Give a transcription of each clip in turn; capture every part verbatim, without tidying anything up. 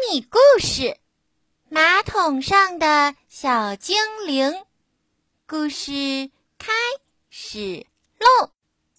你故事：马桶上的小精灵。故事开始喽！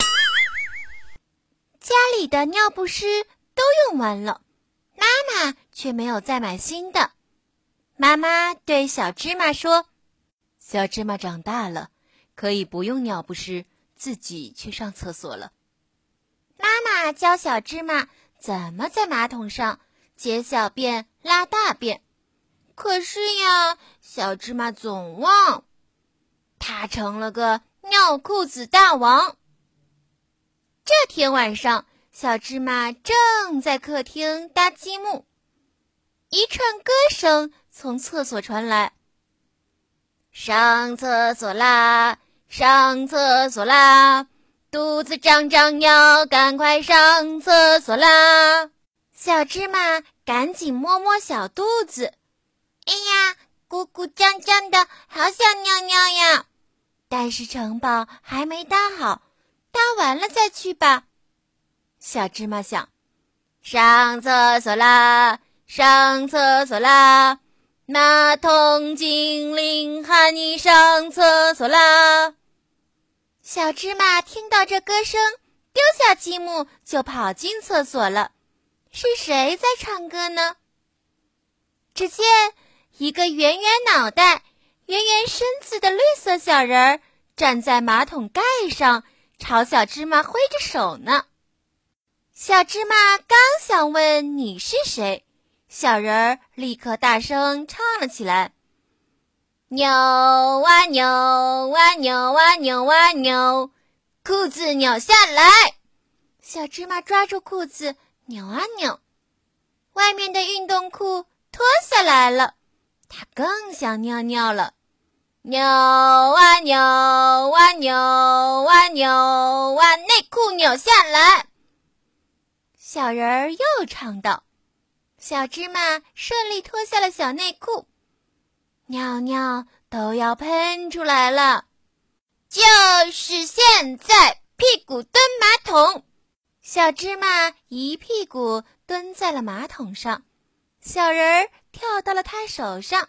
家里的尿不湿都用完了，妈妈却没有再买新的。妈妈对小芝麻说： 小芝麻长大了，可以不用尿不湿，自己去上厕所了。 妈妈教小芝麻怎么在马桶上解小便、拉大便。可是呀，小芝麻总忘，他成了个尿裤子大王。这天晚上，小芝麻正在客厅搭积木，一串歌声从厕所传来：上厕所啦，上厕所啦，肚子胀胀要赶快上厕所啦。小芝麻赶紧摸摸小肚子，哎呀，鼓鼓胀胀的，好想尿尿呀！但是城堡还没搭好，搭完了再去吧。小芝麻想，上厕所啦，上厕所啦，马桶精灵喊你上厕所啦。小芝麻听到这歌声，丢下积木就跑进厕所了。是谁在唱歌呢？只见一个圆圆脑袋、圆圆身子的绿色小人儿站在马桶盖上，朝小芝麻挥着手呢。小芝麻刚想问你是谁，小人儿立刻大声唱了起来：扭啊扭啊扭啊扭啊扭，裤子扭下来。小芝麻抓住裤子扭啊扭，外面的运动裤脱下来了，他更想尿尿了。扭啊扭啊扭啊扭啊，内裤扭下来。小人儿又唱道：小芝麻顺利脱下了小内裤，尿尿都要喷出来了。就是现在，屁股蹲马桶。小芝麻一屁股蹲在了马桶上，小人儿跳到了他手上。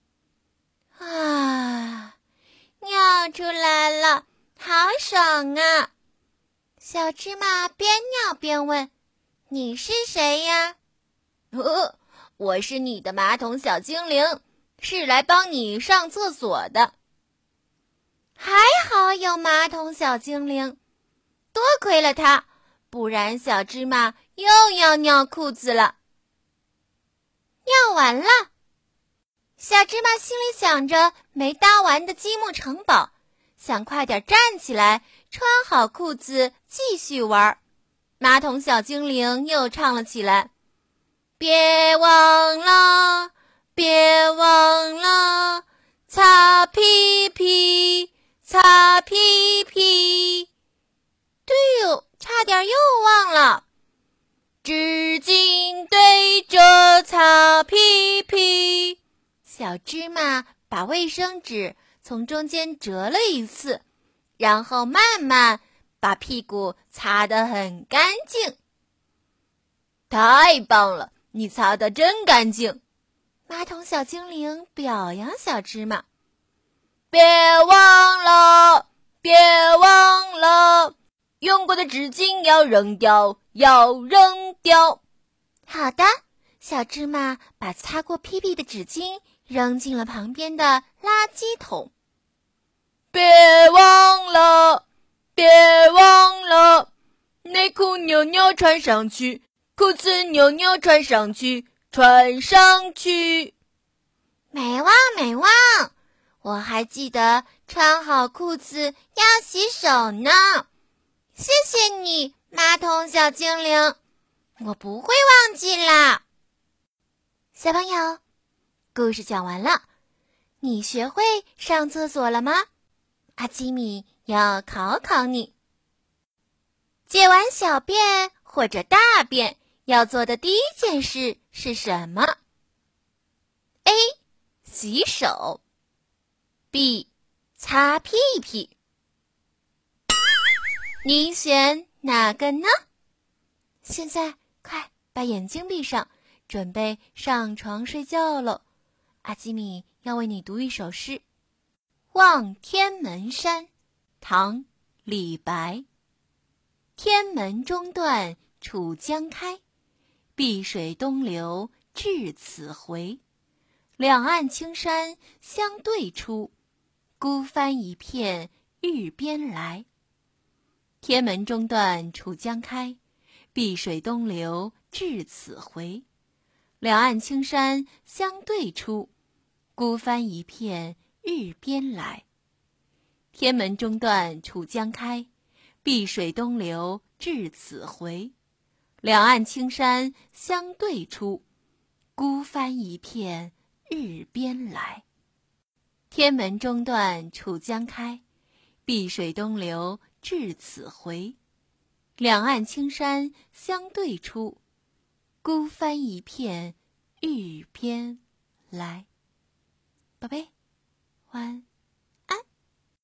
啊，尿出来了，好爽啊！小芝麻边尿边问：你是谁呀？哦，我是你的马桶小精灵，是来帮你上厕所的。还好有马桶小精灵，多亏了他，不然小芝麻又要尿裤子了。尿完了，小芝麻心里想着没搭完的积木城堡，想快点站起来，穿好裤子继续玩。马桶小精灵又唱了起来：别忘了，别忘了，擦屁屁，擦屁屁。对哟，差点又忘了，纸巾对着擦屁屁。小芝麻把卫生纸从中间折了一次，然后慢慢把屁股擦得很干净。太棒了，你擦得真干净！马桶小精灵表扬小芝麻。别忘了，别忘了，用过的纸巾要扔掉，要扔掉。好的，小芝麻把擦过屁屁的纸巾扔进了旁边的垃圾桶。别忘了，别忘了，内裤扭扭穿上去，裤子扭扭穿上去，穿上去。没忘没忘，我还记得穿好裤子要洗手呢。谢谢你，马桶小精灵，我不会忘记啦。小朋友，故事讲完了，你学会上厕所了吗？阿基米要考考你，解完小便或者大便要做的第一件事是什么？ A. 洗手 B. 擦屁屁。你选哪个呢？现在快把眼睛闭上， 准备上床睡觉了。阿基米要为你读一首诗《望天门山》，唐·李白。天门中断楚江开，碧水东流至此回。两岸青山相对出，孤帆一片日边来。天门中断楚江开，碧水东流至此回。两岸青山相对出，孤帆一片日边来。天门中断楚江开，碧水东流至此回。两岸青山相对出，孤帆一片日边来。天门中断楚江开，碧水东流至此回。两岸青山相对出，孤帆一片日边来。宝贝，